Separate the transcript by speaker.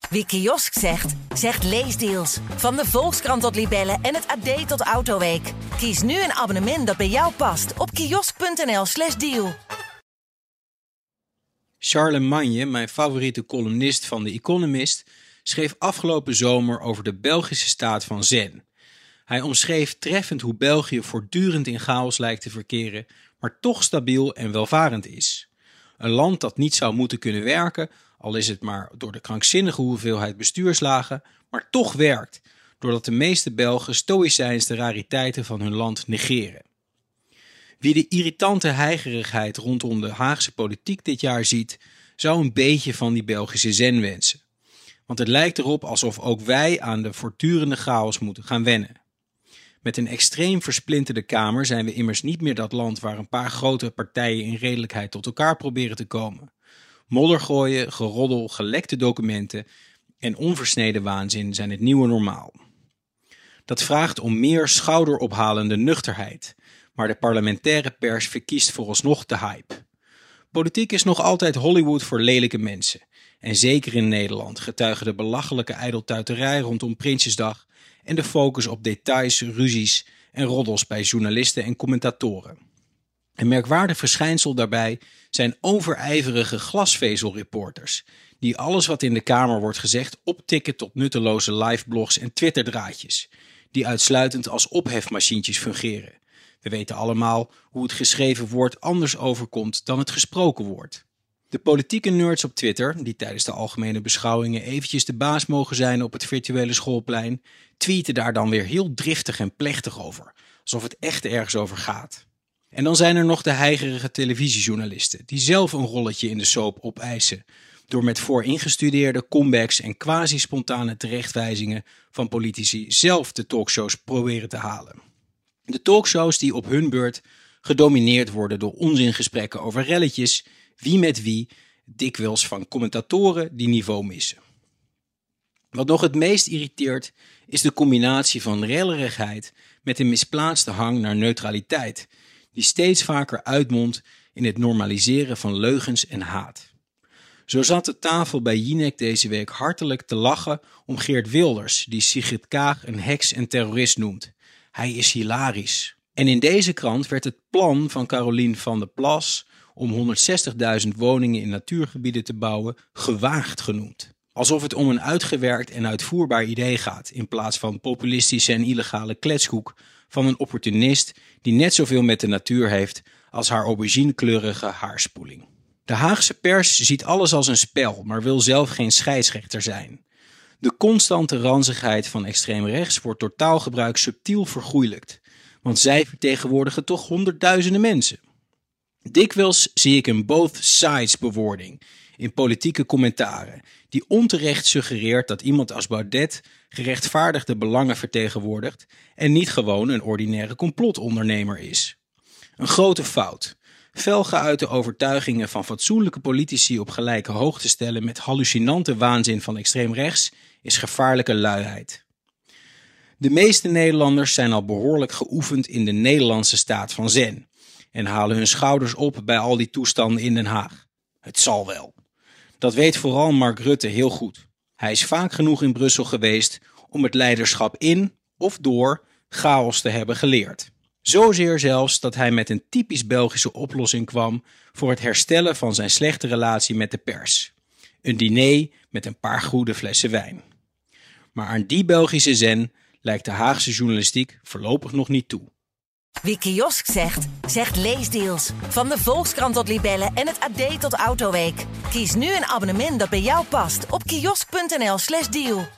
Speaker 1: Wie kiosk zegt, zegt leesdeals. Van de Volkskrant tot Libellen en het AD tot Autoweek. Kies nu een abonnement dat bij jou past op kiosk.nl/deal.
Speaker 2: Charlemagne, mijn favoriete columnist van The Economist, schreef afgelopen zomer over de Belgische staat van zen. Hij omschreef treffend hoe België voortdurend in chaos lijkt te verkeren, maar toch stabiel en welvarend is. Een land dat niet zou moeten kunnen werken, al is het maar door de krankzinnige hoeveelheid bestuurslagen, maar toch werkt, doordat de meeste Belgen stoïcijns de rariteiten van hun land negeren. Wie de irritante heigerigheid rondom de Haagse politiek dit jaar ziet, zou een beetje van die Belgische zen wensen. Want het lijkt erop alsof ook wij aan de voortdurende chaos moeten gaan wennen. Met een extreem versplinterde Kamer zijn we immers niet meer dat land waar een paar grote partijen in redelijkheid tot elkaar proberen te komen. Moddergooien, geroddel, gelekte documenten en onversneden waanzin zijn het nieuwe normaal. Dat vraagt om meer schouderophalende nuchterheid, maar de parlementaire pers verkiest vooralsnog de hype. Politiek is nog altijd Hollywood voor lelijke mensen. En zeker in Nederland getuigen de belachelijke ijdeltuiterij rondom Prinsjesdag en de focus op details, ruzies en roddels bij journalisten en commentatoren. Een merkwaardig verschijnsel daarbij zijn overijverige glasvezelreporters, die alles wat in de Kamer wordt gezegd optikken tot nutteloze liveblogs en twitterdraadjes, die uitsluitend als ophefmachientjes fungeren. We weten allemaal hoe het geschreven woord anders overkomt dan het gesproken woord. De politieke nerds op Twitter, die tijdens de algemene beschouwingen eventjes de baas mogen zijn op het virtuele schoolplein, tweeten daar dan weer heel driftig en plechtig over, alsof het echt ergens over gaat. En dan zijn er nog de heigerige televisiejournalisten, die zelf een rolletje in de soap opeisen, door met vooringestudeerde comebacks en quasi-spontane terechtwijzingen van politici zelf de talkshows proberen te halen. De talkshows die op hun beurt gedomineerd worden door onzingesprekken over relletjes, wie met wie, dikwijls van commentatoren die niveau missen. Wat nog het meest irriteert is de combinatie van rellerigheid met een misplaatste hang naar neutraliteit, die steeds vaker uitmondt in het normaliseren van leugens en haat. Zo zat de tafel bij Jinek deze week hartelijk te lachen om Geert Wilders, die Sigrid Kaag een heks en terrorist noemt. Hij is hilarisch. En in deze krant werd het plan van Caroline van der Plas om 160.000 woningen in natuurgebieden te bouwen gewaagd genoemd. Alsof het om een uitgewerkt en uitvoerbaar idee gaat, in plaats van populistische en illegale kletskoek van een opportunist die net zoveel met de natuur heeft als haar auberginekleurige haarspoeling. De Haagse pers ziet alles als een spel, maar wil zelf geen scheidsrechter zijn. De constante ranzigheid van extreem rechts wordt door taalgebruik subtiel vergoeilijkt, want zij vertegenwoordigen toch honderdduizenden mensen. Dikwijls zie ik een both sides bewoording in politieke commentaren, die onterecht suggereert dat iemand als Baudet gerechtvaardigde belangen vertegenwoordigt en niet gewoon een ordinaire complotondernemer is. Een grote fout. Fel geuite overtuigingen van fatsoenlijke politici op gelijke hoogte stellen met hallucinante waanzin van extreem rechts is gevaarlijke luiheid. De meeste Nederlanders zijn al behoorlijk geoefend in de Nederlandse staat van zen en halen hun schouders op bij al die toestanden in Den Haag. Het zal wel. Dat weet vooral Mark Rutte heel goed. Hij is vaak genoeg in Brussel geweest om het leiderschap in of door chaos te hebben geleerd. Zozeer zelfs dat hij met een typisch Belgische oplossing kwam voor het herstellen van zijn slechte relatie met de pers. Een diner met een paar goede flessen wijn. Maar aan die Belgische zen lijkt de Haagse journalistiek voorlopig nog niet toe.
Speaker 1: Wie kiosk zegt, zegt leesdeals. Van de Volkskrant tot Libellen en het AD tot Autoweek. Kies nu een abonnement dat bij jou past op kiosk.nl/deal.